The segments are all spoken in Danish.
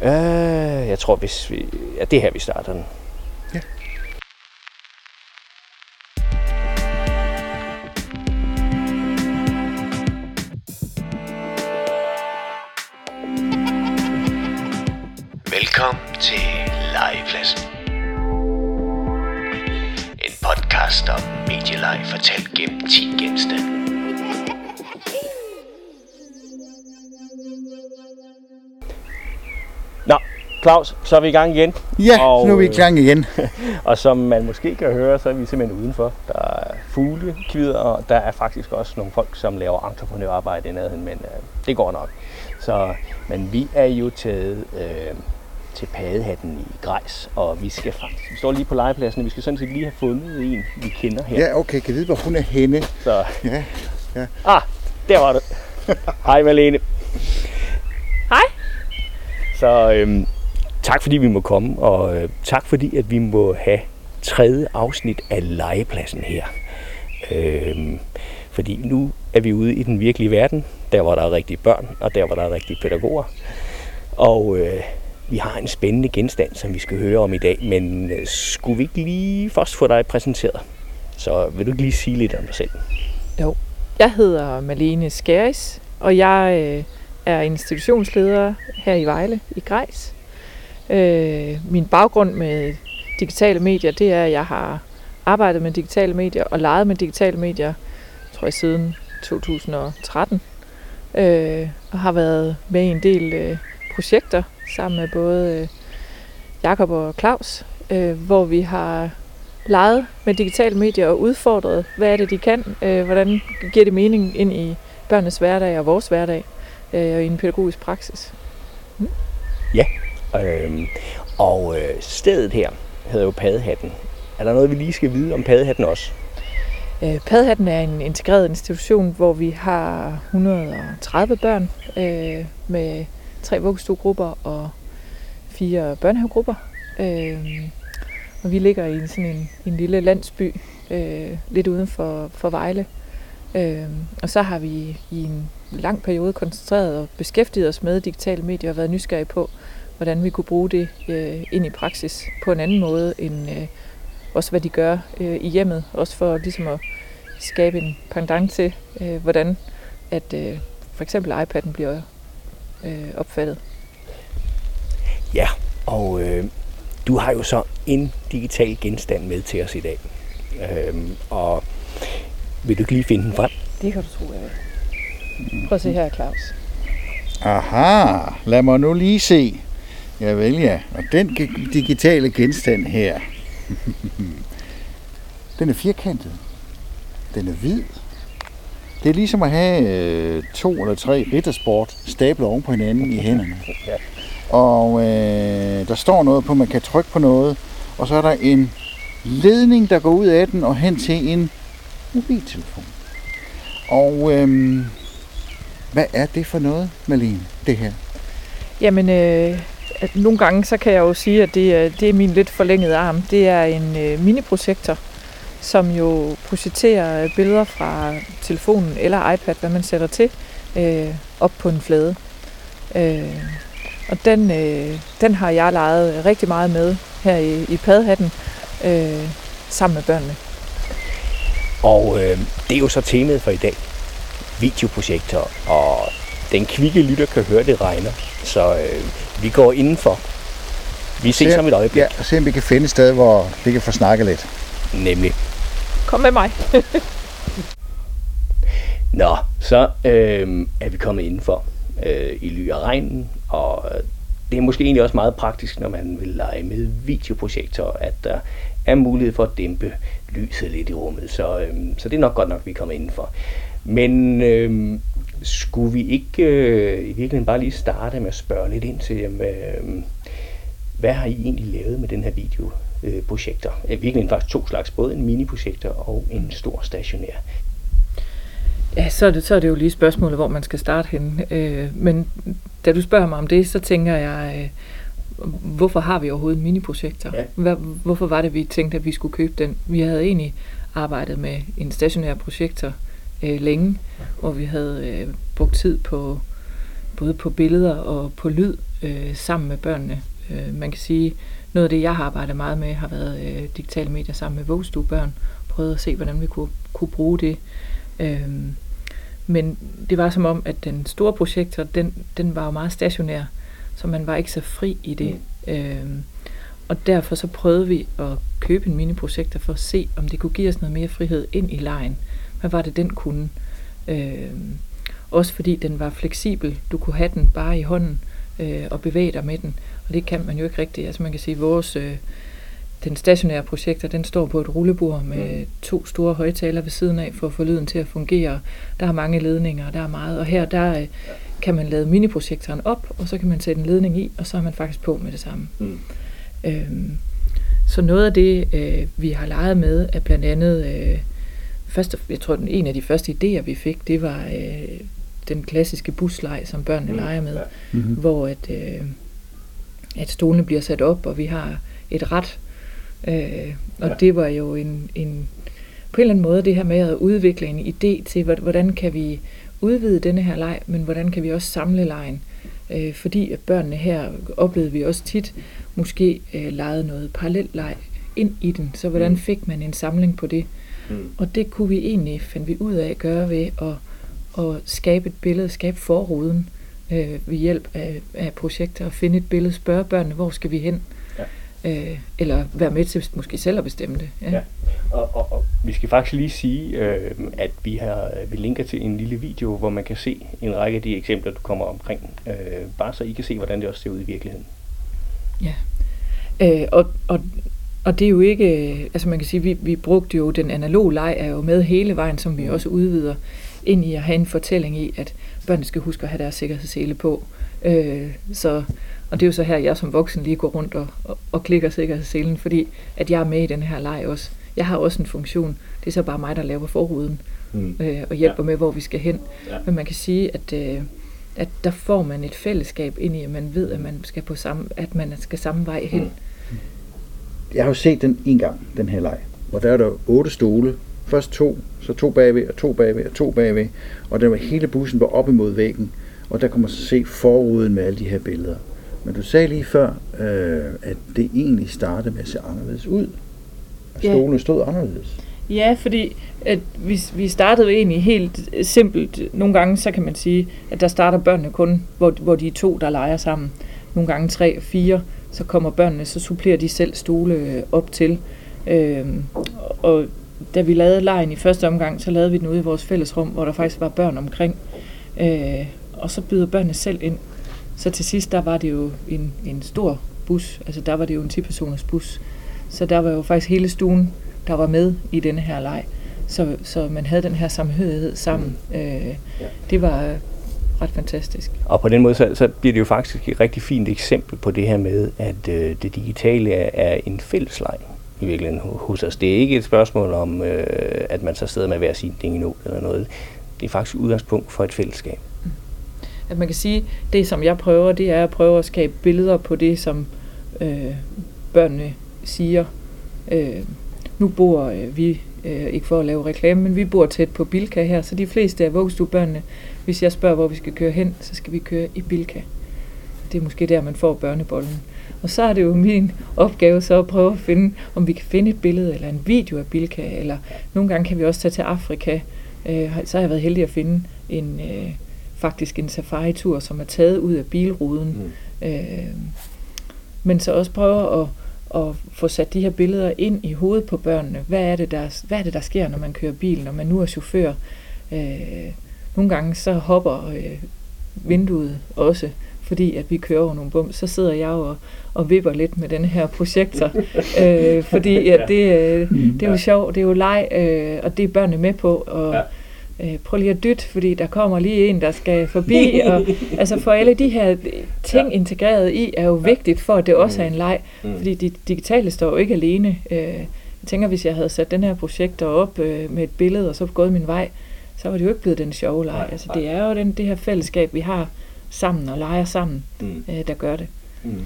Jeg tror, det er her, vi starter den. Ja. Velkommen til Legepladsen. En podcast om medieleg fortalt gennem 10 genstande. Nå, Claus, så er vi i gang igen. Ja, nu er vi i gang igen. Og som man måske kan høre, så er vi simpelthen udenfor. Der er fugle, kvider, og der er faktisk også nogle folk, som laver entreprenørarbejde i nærheden, men det går nok. Men vi er jo taget til Paddehatten i Grejs, og vi står lige på legepladsen, og vi skal sådan set lige have fundet en, vi kender her. Ja, okay, kan vide, hvor hun er henne. Så. Ja. Der var det. Hej Malene. Hej. Så tak fordi vi må komme, og tak fordi at vi må have 3. afsnit af Legepladsen her. Fordi nu er vi ude i den virkelige verden, der hvor der er rigtige børn, og der hvor der er rigtige pædagoger. Og vi har en spændende genstand, som vi skal høre om i dag, men skulle vi ikke lige først få dig præsenteret? Så vil du ikke lige sige lidt om dig selv? Jo, jeg hedder Malene Skæris, og jeg er institutionsleder her i Vejle i Grejs. Min baggrund med digitale medier, det er, at jeg har arbejdet med digitale medier og leget med digitale medier, tror jeg, siden 2013. Og har været med i en del projekter sammen med både Jakob og Claus, hvor vi har leget med digitale medier og udfordret, hvad er det, de kan, hvordan giver det mening ind i børnenes hverdag og vores hverdag og i en pædagogisk praksis. Ja, og stedet her hedder jo Paddehatten. Er der noget, vi lige skal vide om Paddehatten også? Paddehatten er en integreret institution, hvor vi har 130 børn med 3 vuggestuegrupper og 4 børnehavegrupper. Og vi ligger i sådan en lille landsby, lidt uden for Vejle. Og så har vi i en lang periode koncentreret og beskæftiget os med digitale medier og været nysgerrige på, hvordan vi kunne bruge det ind i praksis på en anden måde end også hvad de gør i hjemmet. Også for ligesom at skabe en pendant til, hvordan at for eksempel iPad'en bliver opfattet. Ja, og du har jo så en digital genstand med til os i dag. Og vil du ikke lige finde den frem? Det kan du tro, jeg vil. Prøv at se her, Claus. Aha, lad mig nu lige se. Javel, ja. Og den digitale genstand her, den er firkantet. Den er hvid. Det er ligesom at have 2 eller 3 Rittersport stablet oven på hinanden i hænderne. Og der står noget på, man kan trykke på noget, og så er der en ledning, der går ud af den og hen til en mobiltelefon. Og hvad er det for noget, Malene, det her? Jamen, nogle gange så kan jeg jo sige, at det er min lidt forlængede arm. Det er en mini-projektor, som jo projekterer billeder fra telefonen eller iPad, hvad man sætter til, op på en flade. Og den har jeg leget rigtig meget med her i Paddehatten, sammen med børnene. Og det er jo så temaet for i dag. Videoprojekter, og den kvikke lytter kan høre, det regner. Så vi går indenfor. Vi ses om et øjeblik. Ja, og se om vi kan finde et sted, hvor vi kan få snakket lidt. Nemlig. Kom med mig. Nå, så er vi kommet indenfor i ly af regnen, og det er måske egentlig også meget praktisk, når man vil lege med videoprojektorer, at der er mulighed for at dæmpe lyset lidt i rummet. Så det er nok godt nok, vi kommer indenfor. Men skulle vi ikke i virkeligheden bare lige starte med at spørge lidt ind til, hvad har I egentlig lavet med den her videoprojektor? I virkeligheden faktisk 2 slags, både en mini-projektor og en stor stationær. Ja, så er det jo lige spørgsmålet, hvor man skal starte henne. Men da du spørger mig om det, så tænker jeg, hvorfor har vi overhovedet en mini-projektor? Ja. Hvorfor var det, vi tænkte, at vi skulle købe den? Vi havde egentlig arbejdet med en stationær projektor længe, hvor vi havde brugt tid på både på billeder og på lyd, sammen med børnene. Man kan sige, noget af det, jeg har arbejdet meget med, har været digitale medier sammen med vuggestuebørn. Prøvet at se, hvordan vi kunne bruge det. Men det var som om, at den store projektor, den var jo meget stationær, så man var ikke så fri i det. Og derfor så prøvede vi at købe en mini-projektor for at se, om det kunne give os noget mere frihed ind i legen. Hvad var det, den kunne? Også fordi den var fleksibel. Du kunne have den bare i hånden og bevæge dig med den. Og det kan man jo ikke rigtigt. Altså man kan sige, den stationære projektor, den står på et rullebord med 2 store højtalere ved siden af, for at få lyden til at fungere. Der er mange ledninger, der er meget. Og her, der kan man lade miniprojektoren op, og så kan man sætte en ledning i, og så er man faktisk på med det samme. Så noget af det, vi har leget med, er blandt andet, jeg tror, en af de første idéer, vi fik, det var den klassiske busleg, som børnene leger med, hvor at stolene bliver sat op, og vi har et rat. Og det var jo på en eller anden måde det her med at udvikle en idé til, hvordan kan vi udvide denne her leg, men hvordan kan vi også samle legen. Fordi at børnene her oplevede vi også tit, måske legede noget parallelleg ind i den, så hvordan fik man en samling på det? Og det kunne vi egentlig, fandt vi ud af at gøre ved at skabe et billede, skabe forruden ved hjælp af projekter, og finde et billede, spørge børnene, hvor skal vi hen? Eller være med til måske selv at bestemme det. Ja. Og vi skal faktisk lige sige, at vi linker til en lille video, hvor man kan se en række af de eksempler, du kommer omkring. Bare så I kan se, hvordan det også ser ud i virkeligheden. Ja. Og det er jo ikke, altså man kan sige, vi brugte jo den analoge leg, er jo med hele vejen, som vi også udvider ind i at have en fortælling i, at børnene skal huske at have deres sikkerhedssele på. Og det er jo så her, jeg som voksen lige går rundt og klikker sikkerhedsselen, fordi at jeg er med i den her leg også. Jeg har også en funktion. Det er så bare mig, der laver forruden og hjælper med, hvor vi skal hen. Ja. Men man kan sige, at der får man et fællesskab ind i, at man ved, at man skal samme vej hen. Jeg har jo set den en gang, den her leg, hvor der er der 8 stole. Først 2, så 2 bagved, og 2 bagved, og 2 bagved. Og der var hele bussen var op imod væggen, og der kunne man så se forruden med alle de her billeder. Men du sagde lige før, at det egentlig startede med at se anderledes ud. Stolene stod anderledes. Ja, fordi at vi startede jo egentlig helt simpelt. Nogle gange så kan man sige, at der starter børnene kun, hvor de er 2, der leger sammen. Nogle gange 3 og 4, så kommer børnene, så supplerer de selv stole op til. Og da vi lavede legen i første omgang, så lavede vi den ude i vores fællesrum, hvor der faktisk var børn omkring. Og så byder børnene selv ind. Så til sidst, der var det jo en stor bus, altså der var det jo en 10-personers bus. Så der var jo faktisk hele stuen, der var med i denne her leg. Så man havde den her samhørighed sammen. Det var ret fantastisk. Og på den måde, så bliver det jo faktisk et rigtig fint eksempel på det her med, at det digitale er en fællesleg i virkeligheden hos os. Det er ikke et spørgsmål om, at man så sidder med hver sin ting endnu eller noget. Det er faktisk udgangspunkt for et fællesskab. At man kan sige, det som jeg prøver, det er at prøve at skabe billeder på det, som børnene siger. Nu bor vi, ikke for at lave reklame, men vi bor tæt på Bilka her, så de fleste af vuggestuebørnene, hvis jeg spørger, hvor vi skal køre hen, så skal vi køre i Bilka. Det er måske der, man får børnebollen. Og så er det jo min opgave så at prøve at finde, om vi kan finde et billede eller en video af Bilka, eller nogle gange kan vi også tage til Afrika. Så har jeg været heldig at finde faktisk en safari-tur, som er taget ud af bilruden. Men så også prøve at få sat de her billeder ind i hovedet på børnene. Hvad er det, der sker, når man kører bil, når man nu er chauffør? Nogle gange så hopper vinduet også, fordi at vi kører over nogle bums. Så sidder jeg og vipper lidt med den her projektor, fordi at det er jo sjovt, det er jo leg, og det er børnene med på, og prøv lige at dytte, fordi der kommer lige en, der skal forbi, og altså for alle de her ting integreret i, er jo vigtigt for, at det også er en leg, fordi de digitale står jo ikke alene. Jeg tænker, hvis jeg havde sat den her projektor op med et billede, og så gået min vej, så var det jo ikke blevet den sjove leg. Altså det er jo det her fællesskab, vi har sammen og leger sammen, der gør det.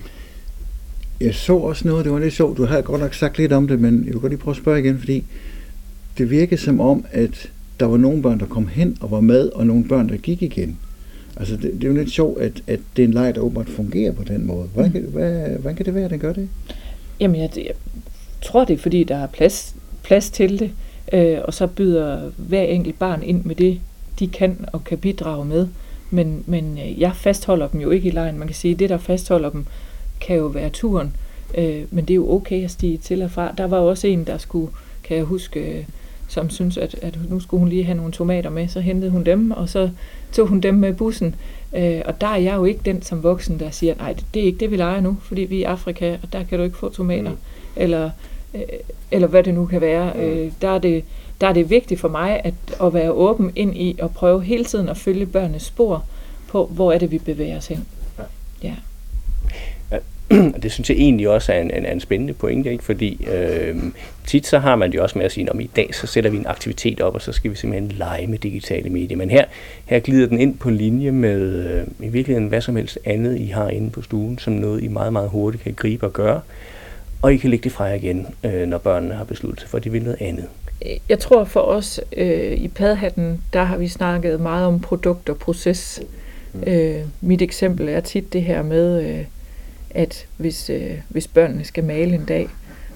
Jeg så også noget, det var lidt sjovt, du havde godt nok sagt lidt om det, men jeg vil godt lige prøve at spørge igen, fordi det virkede som om, at der var nogle børn, der kom hen og var med, og nogle børn, der gik igen. Altså, det er jo lidt sjovt, at det er en leg, der åbenbart fungerer på den måde. Hvordan kan det være, at den gør det? Jamen, jeg tror, det er, fordi der er plads til det, og så byder hver enkelt barn ind med det, de kan og kan bidrage med. Men jeg fastholder dem jo ikke i legen. Man kan sige, at det, der fastholder dem, kan jo være turen. Men det er jo okay at stige til og fra. Der var også en, der skulle, kan jeg huske, som synes, at nu skulle hun lige have nogle tomater med. Så hentede hun dem, og så tog hun dem med bussen. Og der er jeg jo ikke den som voksen, der siger, nej, det er ikke det, vi leger nu, fordi vi er i Afrika, og der kan du ikke få tomater. Eller hvad det nu kan være. Der er det vigtigt for mig at være åben ind i og prøve hele tiden at følge børnenes spor på, hvor er det, vi bevæger os hen. Ja. Det synes jeg egentlig også er en spændende pointe, ikke? Fordi tit så har man det også med at sige, at i dag så sætter vi en aktivitet op, og så skal vi simpelthen lege med digitale medier. Men her glider den ind på linje med i virkeligheden hvad som helst andet, I har inde på stuen, som noget I meget, meget hurtigt kan gribe og gøre. Og I kan lægge det fra jer igen, når børnene har besluttet sig for, at de vil noget andet. Jeg tror for os i Paddehatten, der har vi snakket meget om produkt og proces. Mit eksempel er tit det her med, at hvis børnene skal male en dag,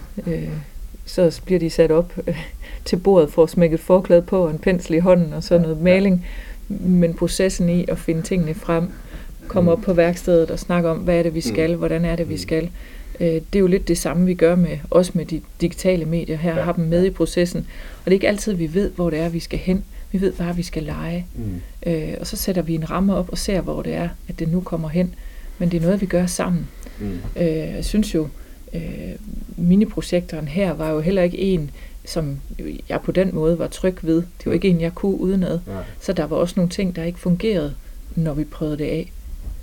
så bliver de sat op til bordet for at smække et forklæde på og en pensel i hånden og sådan noget maling. Men processen i at finde tingene frem, komme op på værkstedet og snakke om, hvad er det, vi skal, hvordan er det, vi skal. Det er jo lidt det samme, vi gør også med de digitale medier her, har dem med i processen. Og det er ikke altid, vi ved, hvor det er, vi skal hen. Vi ved bare, vi skal lege. Og så sætter vi en ramme op og ser, hvor det er, at det nu kommer hen. Men det er noget, vi gør sammen. Jeg synes jo, miniprojekteren her var jo heller ikke en, som jeg på den måde var tryg ved. Det var ikke en, jeg kunne udenad. Så der var også nogle ting, der ikke fungerede, når vi prøvede det af.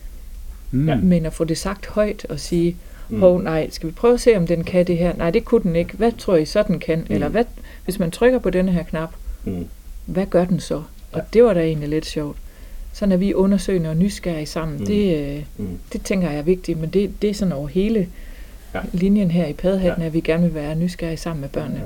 Men at få det sagt højt og sige, nej, skal vi prøve at se, om den kan det her? Nej, det kunne den ikke. Hvad tror I så, den kan? Eller hvad, hvis man trykker på denne her knap, hvad gør den så? Og det var da egentlig lidt sjovt. Sådan er vi undersøgende og nysgerrige sammen. Det tænker jeg er vigtigt, men det er sådan over hele linjen her i Paddehatten, at vi gerne vil være nysgerrige sammen med børnene.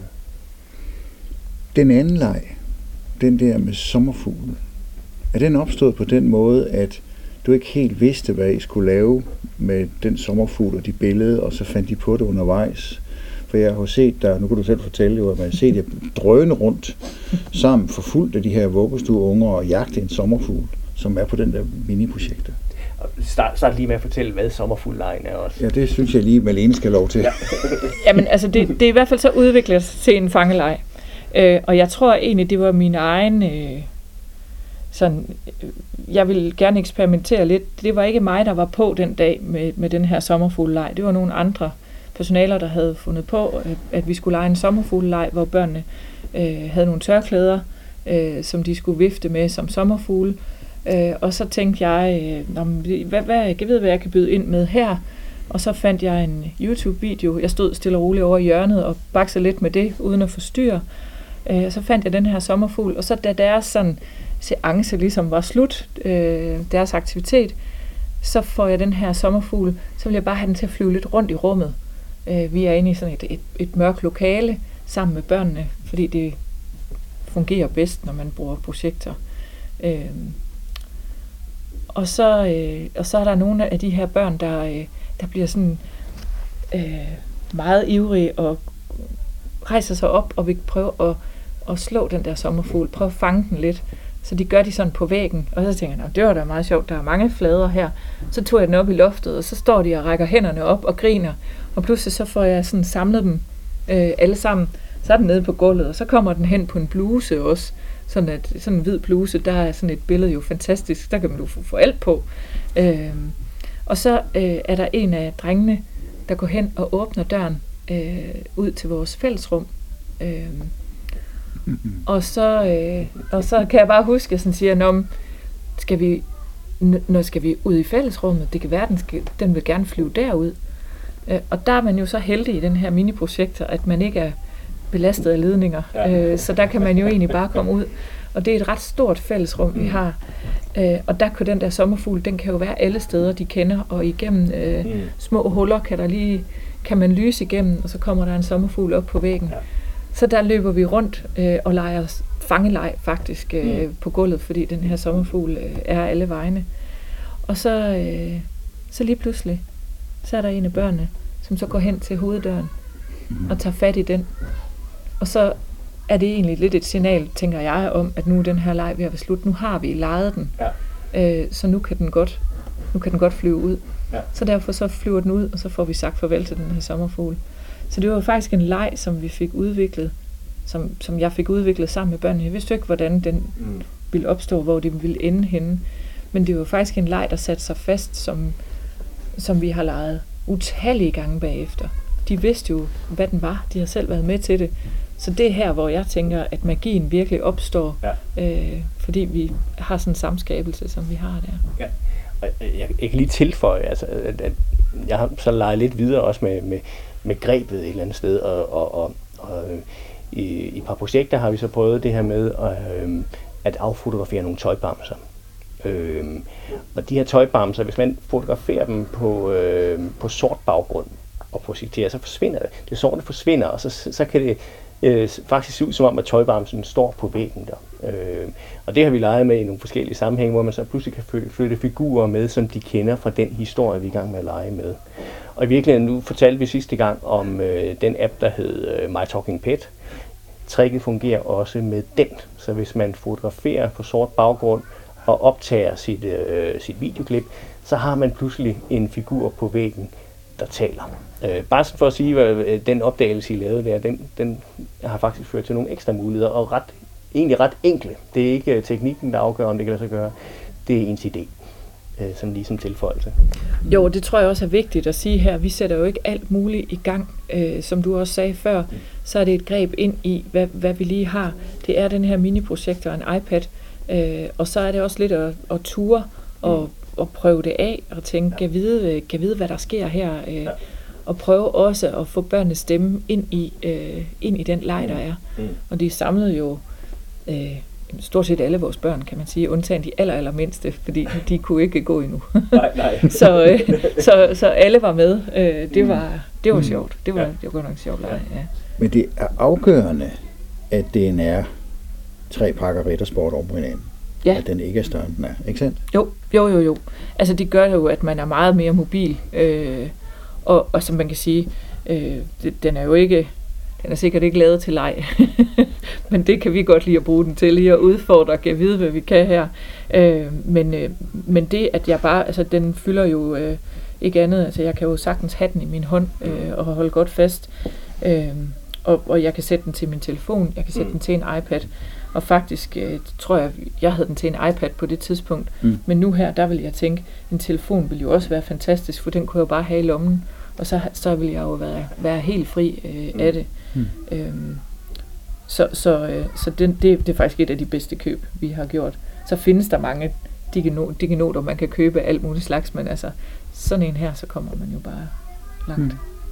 Den anden leg, den der med sommerfugle, er den opstået på den måde, at du ikke helt vidste, hvad I skulle lave med den sommerfugl og de billeder, og så fandt de på det undervejs? For jeg har set der, nu kan du selv fortælle jo, at man har set jer drøne rundt sammen forfulgt af de her vuggestueunger og jagte en sommerfugl, som er på den der mini-projekter. Start lige med at fortælle, hvad sommerfuglelejen er også. Ja, det synes jeg lige, Malene skal lov til. Jamen, altså, det er i hvert fald så udviklet til en fangeleg. Og jeg tror egentlig, det var min egen... jeg ville gerne eksperimentere lidt. Det var ikke mig, der var på den dag med den her sommerfugleleg. Det var nogle andre personaler, der havde fundet på, at vi skulle lege en sommerfugleleg, hvor børnene havde nogle tørklæder, som de skulle vifte med som sommerfugle. Og så tænkte jeg, jeg ved, hvad jeg kan byde ind med her. Og så fandt jeg en YouTube-video. Jeg stod stille og roligt over i hjørnet og baksede lidt med det, uden at forstyrre. Så fandt jeg den her sommerfugl, og så da deres sådan seance ligesom var slut, deres aktivitet, så får jeg den her sommerfugl, så vil jeg bare have den til at flyve lidt rundt i rummet. Vi er inde i sådan et mørkt lokale sammen med børnene, fordi det fungerer bedst, når man bruger projekter. Og så er der nogle af de her børn, der bliver sådan meget ivrige og rejser sig op og vil prøve at slå den der sommerfugl, prøve at fange den lidt. Så de gør de sådan på væggen, og så tænker jeg, det var da meget sjovt, der er mange flader her. Så tog jeg den op i loftet, og så står de og rækker hænderne op og griner, og pludselig så får jeg sådan samlet dem alle sammen. Så er den nede på gulvet, og så kommer den hen på en bluse også, sådan en hvid bluse, der er sådan et billede jo fantastisk, der kan man jo få alt på. Og så er der en af drengene, der går hen og åbner døren ud til vores fællesrum. Og så kan jeg bare huske, at jeg siger, når skal vi ud i fællesrummet? Det kan være, den vil gerne flyve derud. Og der er man jo så heldig i den her mini-projekter, at man ikke er belastet af ledninger. Så der kan man jo egentlig bare komme ud. Og det er et ret stort fællesrum, vi har. Og der kan den der sommerfugl, den kan jo være alle steder, de kender. Og igennem små huller kan man lyse igennem, og så kommer der en sommerfugl op på væggen. Så der løber vi rundt og leger fangeleg faktisk på gulvet, fordi den her sommerfugl er alle vegne. Og så lige pludselig, så er der en af børnene, som så går hen til hoveddøren og tager fat i den. Og så er det egentlig lidt et signal, tænker jeg, om, at nu er den her leg ved at være slut. Nu har vi lejet den, så nu kan den godt flyve ud. Ja. Så derfor så flyver den ud, og så får vi sagt farvel til den her sommerfugl. Så det var faktisk en leg, som vi fik udviklet, som jeg fik udviklet sammen med børnene. Jeg vidste ikke, hvordan den ville opstå, hvor det ville ende henne. Men det var faktisk en leg, der satte sig fast, som vi har leget utallige gange bagefter. De vidste jo, hvad den var. De har selv været med til det. Så det er her, hvor jeg tænker, at magien virkelig opstår, fordi vi har sådan en samskabelse, som vi har der. Ja. Jeg kan lige tilføje, altså, at jeg har så leget lidt videre også med grebet et eller andet sted, og i et par projekter har vi så prøvet det her med at affotografere nogle tøjbamser. Og de her tøjbamser, hvis man fotograferer dem på sort baggrund og projekterer, så forsvinder det. Det sorte forsvinder, og så kan det faktisk se ud som om, at tøjbamsen står på væggen der. Og det har vi leget med i nogle forskellige sammenhænge, hvor man så pludselig kan flytte figurer med, som de kender fra den historie, vi er i gang med at lege med. Og i virkeligheden, nu fortalte vi sidste gang om den app, der hed My Talking Pet. Tricket fungerer også med den, så hvis man fotograferer på sort baggrund og optager sit videoklip, så har man pludselig en figur på væggen, der taler. Bare for at sige, hvad den opdagelse, I lavede der, den har faktisk ført til nogle ekstra muligheder, og egentlig ret enkle. Det er ikke teknikken, der afgør, om det kan lade sig gøre. Det er ens idé, sådan ligesom tilføjelse. Jo, det tror jeg også er vigtigt at sige her. Vi sætter jo ikke alt muligt i gang. Som du også sagde før, så er det et greb ind i, hvad vi lige har. Det er den her mini-projektor og en iPad, og så er det også lidt at ture og prøve det af, og tænke, kan vide, hvad der sker her, og prøve også at få børnenes stemme ind i den leg, der er. Og de samlede jo stort set alle vores børn, kan man sige, undtagen de allermindste, fordi de kunne ikke gå endnu. Nej. så alle var med. Det var sjovt. Det var godt nok sjovt. Ja. Men det er afgørende, at den er 3 pakker Rittersport oven på hinanden. Ja. At den ikke er større, end den er, ikke sandt? Jo. Altså det gør jo, at man er meget mere mobil, og som man kan sige, den er sikkert ikke lavet til leg, men det kan vi godt lide at bruge den til, lige at udfordre og kan vide, hvad vi kan her. Men det, at jeg bare, altså den fylder jo ikke andet, altså jeg kan jo sagtens have den i min hånd og holde godt fast, og jeg kan sætte den til min telefon, jeg kan sætte den til en iPad, og faktisk tror jeg havde den til en iPad på det tidspunkt, men nu her, der vil jeg tænke, en telefon vil jo også være fantastisk, for den kunne jeg jo bare have i lommen, og så vil jeg jo være helt fri af det. Så det er faktisk et af de bedste køb, vi har gjort. Så findes der mange diginoter, man kan købe alt muligt slags, men altså sådan en her, så kommer man jo bare langt.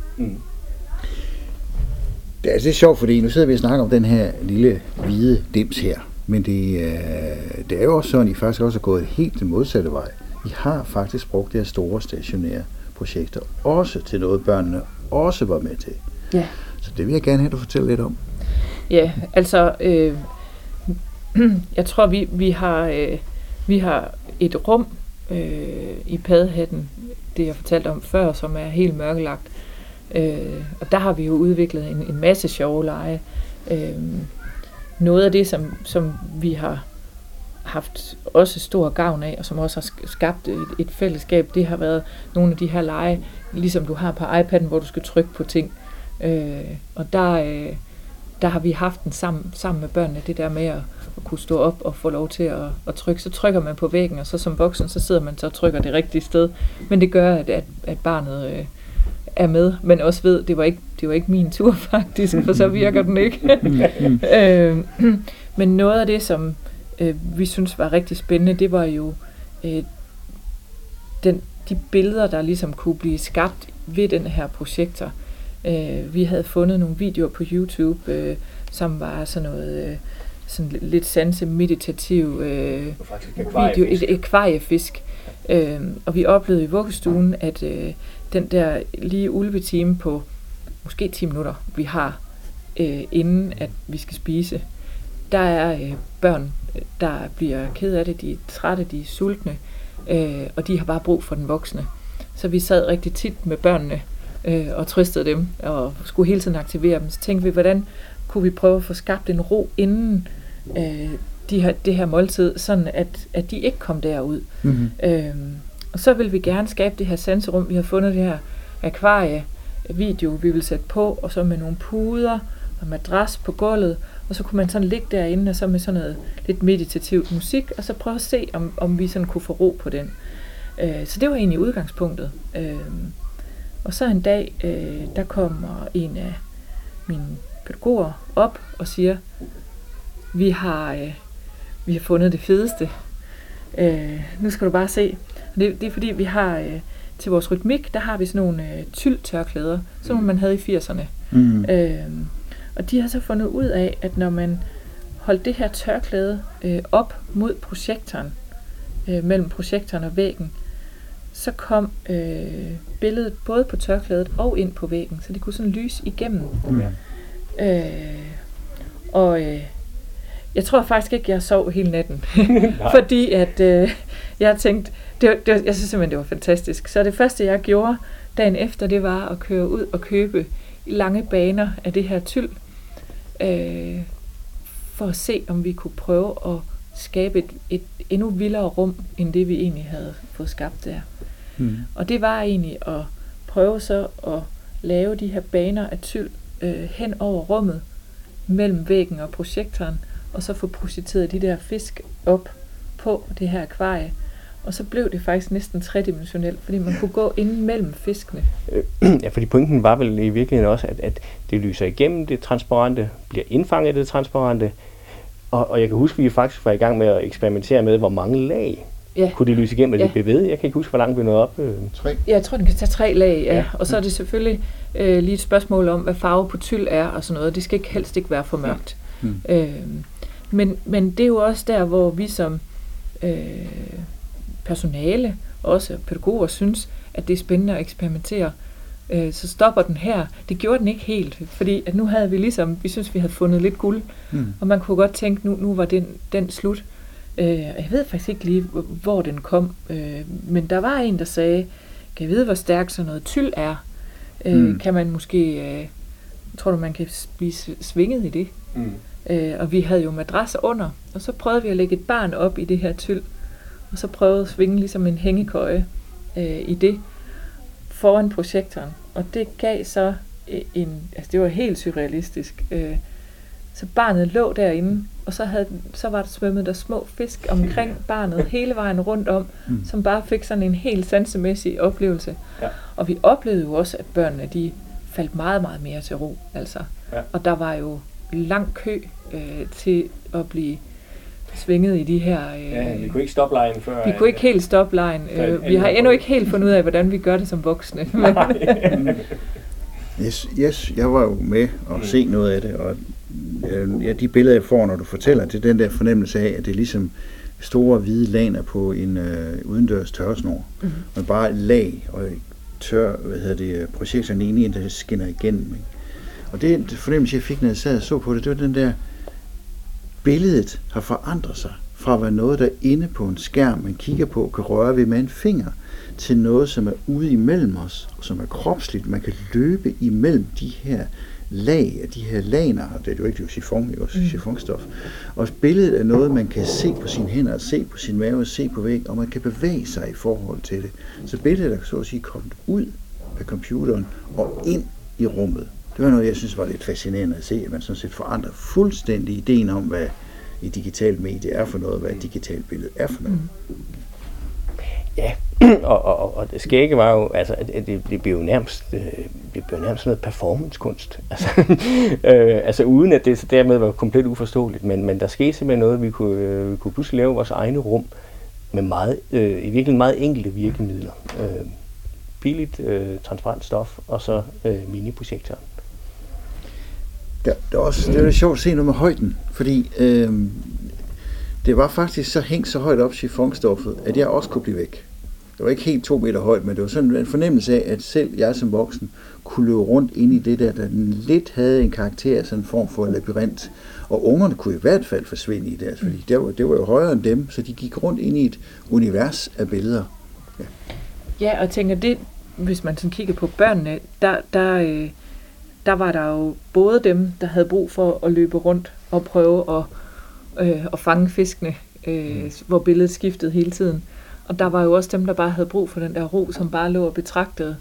Det er sjovt, fordi nu sidder vi og snakker om den her lille hvide dims her, men det er jo også sådan, I faktisk også er gået helt den modsatte vej. I har faktisk brugt det her store stationære projekter, også til noget børnene også var med til. Ja. Så det vil jeg gerne have, du fortælle lidt om. Ja, altså, jeg tror, vi har et rum i Paddehatten, det jeg fortalte om før, som er helt mørkelagt. Og der har vi jo udviklet en masse sjove lege. Noget af det, som vi har haft også stor gavn af, og som også har skabt et fællesskab, det har været nogle af de her lege, ligesom du har på iPad'en, hvor du skal trykke på ting. Og der har vi haft den sammen med børnene, det der med at kunne stå op og få lov til at trykke. Så trykker man på væggen, og så som voksen, så sidder man så og trykker det rigtige sted. Men det gør, at barnet er med, men også ved, det var ikke min tur faktisk, for så virker den ikke. Men noget af det, som vi synes var rigtig spændende, det var jo de billeder, der ligesom kunne blive skabt ved den her projektor. Vi havde fundet nogle videoer på YouTube, som var sådan noget sådan lidt sanse-meditativ video, et akvariefisk. Og vi oplevede i vuggestuen, at den der lige ulvetime på måske 10 minutter, vi har, inden at vi skal spise, der er børn, der bliver ked af det, de er trætte, de er sultne, og de har bare brug for den voksne. Så vi sad rigtig tit med børnene og trøstede dem, og skulle hele tiden aktivere dem. Så tænkte vi, hvordan kunne vi prøve at få skabt en ro inden det her måltid, sådan at de ikke kom derud. Mm-hmm. Og så vil vi gerne skabe det her sanserum. Vi har fundet det her akvarie-video, vi vil sætte på, og så med nogle puder og madras på gulvet, og så kunne man sådan ligge derinde, og så med sådan noget lidt meditativt musik, og så prøve at se, om vi sådan kunne få ro på den. Så det var egentlig udgangspunktet. Og så en dag, der kommer en af mine pædagoger op og siger, vi har fundet det fedeste. Nu skal du bare se. Det er fordi, vi har til vores rytmik, der har vi sådan nogle tyldtørklæder, som man havde i 80'erne. Mm. Og de har så fundet ud af, at når man holdt det her tørklæde op mod projektoren, mellem projektoren og væggen, så kom billedet både på tørklædet og ind på væggen, så det kunne sådan lyse igennem. Mm. Jeg tror faktisk ikke, jeg sov hele natten, fordi at jeg tænkte, jeg synes simpelthen, det var fantastisk. Så det første, jeg gjorde dagen efter, det var at køre ud og købe lange baner af det her tyld, for at se, om vi kunne prøve at skabe et endnu vildere rum, end det vi egentlig havde fået skabt der. Mm. Og det var egentlig at prøve så at lave de her baner af tyld hen over rummet, mellem væggen og projektoren, og så få projiceret de der fisk op på det her akvarie. Og så blev det faktisk næsten tredimensionelt, fordi man kunne gå ind mellem fiskene. Ja, fordi pointen var vel i virkeligheden også, at det lyser igennem det transparente, bliver indfanget af det transparente, og jeg kan huske, at vi faktisk var i gang med at eksperimentere med, hvor mange lag kunne det lyse igennem, og det blev ved. Jeg kan ikke huske, hvor langt vi nåede op. 3. Ja, jeg tror, den kan tage 3 lag, ja. Og så er det selvfølgelig lige et spørgsmål om, hvad farve på tyld er og sådan noget. Det skal helst ikke være for mørkt. Men det er jo også der, hvor vi som personale, også pædagoger, synes, at det er spændende at eksperimentere. Så stopper den her. Det gjorde den ikke helt, fordi at nu havde vi synes, vi havde fundet lidt guld, og man kunne godt tænke, nu var den slut. Jeg ved faktisk ikke lige, hvor den kom, men der var en, der sagde, kan jeg vide, hvor stærk sådan noget tyld er? Kan man måske, tror du, man kan blive svinget i det? Og vi havde jo madrasser under, og så prøvede vi at lægge et barn op i det her tyld, og så prøvede at svinge ligesom en hængekøje i det foran projektoren. Og det gav så det var helt surrealistisk. Så barnet lå derinde, og så var der svømmet der små fisk omkring barnet hele vejen rundt om, som bare fik sådan en helt sansemæssig oplevelse. Ja. Og vi oplevede jo også, at børnene de faldt meget, meget mere til ro. Altså. Ja. Og der var jo lang kø til at blive svinget i de her... vi kunne ikke stoppe lejen før... Vi kunne ikke helt stoppe lejen. Vi har endnu ikke helt fundet ud af, hvordan vi gør det som voksne. Yes, jeg var jo med og se noget af det, og de billeder, jeg får, når du fortæller, det er den der fornemmelse af, at det er ligesom store hvide laner på en udendørs tørresnor. Og bare et lag og projektoren inde i, der skinner igennem. Ikke? Og det fornemmelse, jeg fik, når jeg sad og så på det, det var den der, billedet har forandret sig fra at være noget, der inde på en skærm, man kigger på, kan røre ved med en finger, til noget, som er ude imellem os, som er kropsligt. Man kan løbe imellem de her lag, de her laner, det er jo ikke chiffon, det er også chiffonstof. Og billedet er noget, man kan se på sine hænder, se på sin mave, se på væg, og man kan bevæge sig i forhold til det. Så billedet er så at sige kommet ud af computeren og ind i rummet. Det var noget, jeg synes var lidt fascinerende at se, at man sådan set forandrer fuldstændig ideen om, hvad et digitalt medie er for noget, hvad et digitalt billede er for noget. Ja, og det skægge var jo, altså, det blev jo nærmest noget performancekunst. Altså uden at det dermed var komplet uforståeligt, men der skete simpelthen noget, vi kunne pludselig lave vores egne rum med meget, i virkeligheden meget enkelte virkemidler. Billigt, transparent stof, og så mini-projektoren. Det er lidt sjovt at se noget med højden, fordi det var faktisk så hængt så højt op chiffonstoffet, at jeg også kunne blive væk. Det var ikke helt 2 meter højt, men det var sådan en fornemmelse af, at selv jeg som voksen kunne løbe rundt ind i det der lidt havde en karakter af sådan en form for labyrint, Og ungerne kunne i hvert fald forsvinde i det, fordi det var jo højere end dem, så de gik rundt ind i et univers af billeder. Ja, og tænker det, hvis man sådan kigger på børnene, der var der jo både dem, der havde brug for at løbe rundt og prøve at fange fiskene, hvor billedet skiftede hele tiden. Og der var jo også dem, der bare havde brug for den der ro, som bare lå og betragtede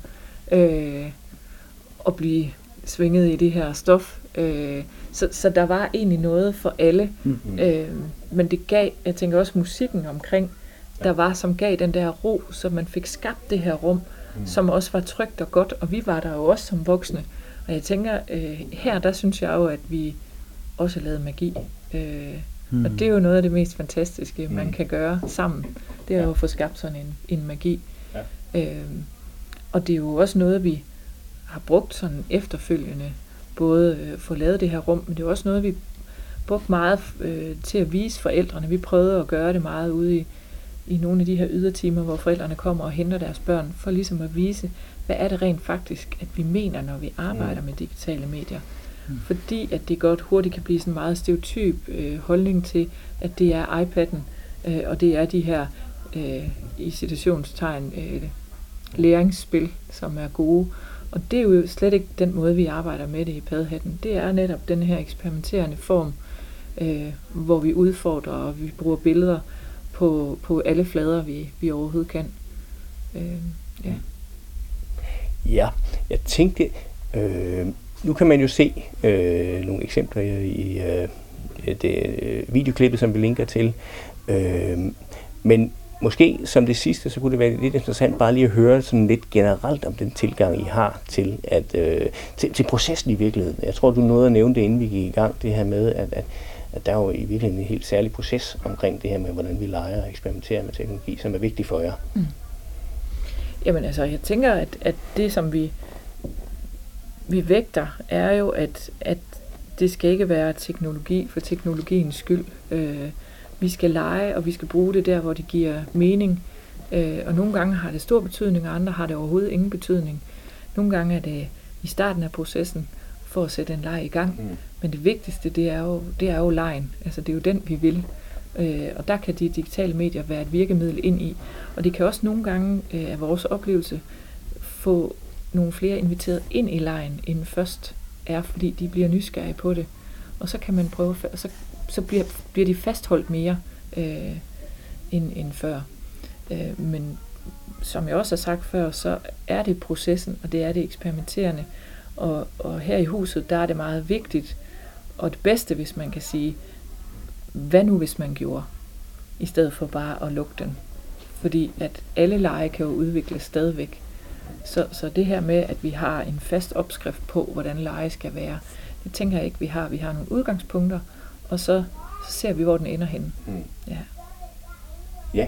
og blive svinget i det her stof. Så der var egentlig noget for alle. Men det gav, jeg tænker også musikken omkring, der var, som gav den der ro, så man fik skabt det her rum, som også var trygt og godt, og vi var der jo også som voksne. Og jeg tænker, her, der synes jeg jo, at vi også lavede magi. Og det er jo noget af det mest fantastiske, man kan gøre sammen. Det er jo at få skabt sådan en magi. Ja. Og det er jo også noget, vi har brugt sådan efterfølgende, både få lavet det her rum, men det er også noget, vi brugt meget til at vise forældrene. Vi prøvede at gøre det meget ude i nogle af de her ydertimer, hvor forældrene kommer og henter deres børn, for ligesom at vise, hvad er det rent faktisk, at vi mener, når vi arbejder med digitale medier. Fordi at det godt hurtigt kan blive sådan en meget stereotyp holdning til, at det er iPad'en, og det er de her i citationstegn læringsspil, som er gode. Og det er jo slet ikke den måde, vi arbejder med det i Paddehatten. Det er netop den her eksperimenterende form, hvor vi udfordrer, og vi bruger billeder på alle flader, vi overhovedet kan. Ja, jeg tænkte, nu kan man jo se nogle eksempler i det videoklippet, som vi linker til. Men måske som det sidste, så kunne det være lidt interessant bare lige at høre sådan lidt generelt om den tilgang, I har til, til processen i virkeligheden. Jeg tror, du nåede at nævne det, inden vi gik i gang, det her med, at der er jo i virkeligheden en helt særlig proces omkring det her med, hvordan vi leger og eksperimenterer med teknologi, som er vigtigt for jer. Jamen altså, jeg tænker, at det, som vi vægter, er jo, at det skal ikke være teknologi for teknologiens skyld. Vi skal lege, og vi skal bruge det der, hvor det giver mening. Og nogle gange har det stor betydning, og andre har det overhovedet ingen betydning. Nogle gange er det i starten af processen for at sætte en leg i gang. Men det vigtigste, det er jo legen. Altså, det er jo den, vi vil. Og der kan de digitale medier være et virkemiddel ind i. Og det kan også nogle gange af vores oplevelse få nogle flere inviteret ind i legen, end først er, fordi de bliver nysgerrige på det. Og så kan man prøve, så bliver de fastholdt mere end før. Men som jeg også har sagt før, så er det processen, og det er det eksperimenterende. Og her i huset, der er det meget vigtigt, og det bedste, hvis man kan sige, hvad nu hvis man gjorde, i stedet for bare at lukke den. Fordi at alle lege kan jo udvikles stadigvæk. Så det her med, at vi har en fast opskrift på, hvordan lege skal være, det tænker jeg ikke, vi har. Vi har nogle udgangspunkter, og så ser vi, hvor den ender henne. Ja. Ja.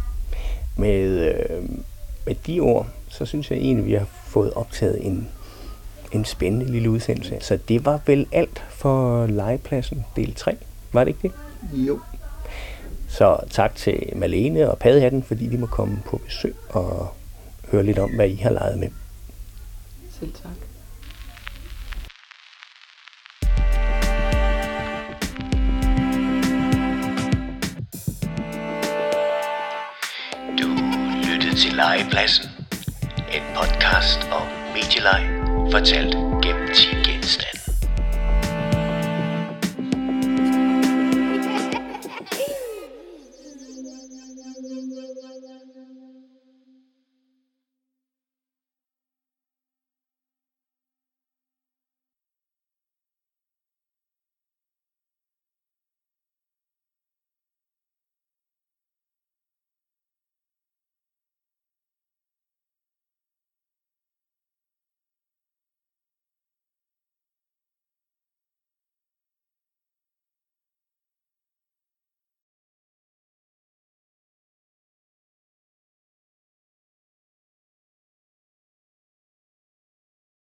Med de ord, så synes jeg egentlig, vi har fået optaget en spændende lille udsendelse. Så det var vel alt for legepladsen del 3. Var det ikke det? Jo. Så tak til Malene og Paddehatten, fordi de må komme på besøg og høre lidt om, hvad I har leget med. Selv tak. Du lyttede til Legepladsen, en podcast om medieleg fortalt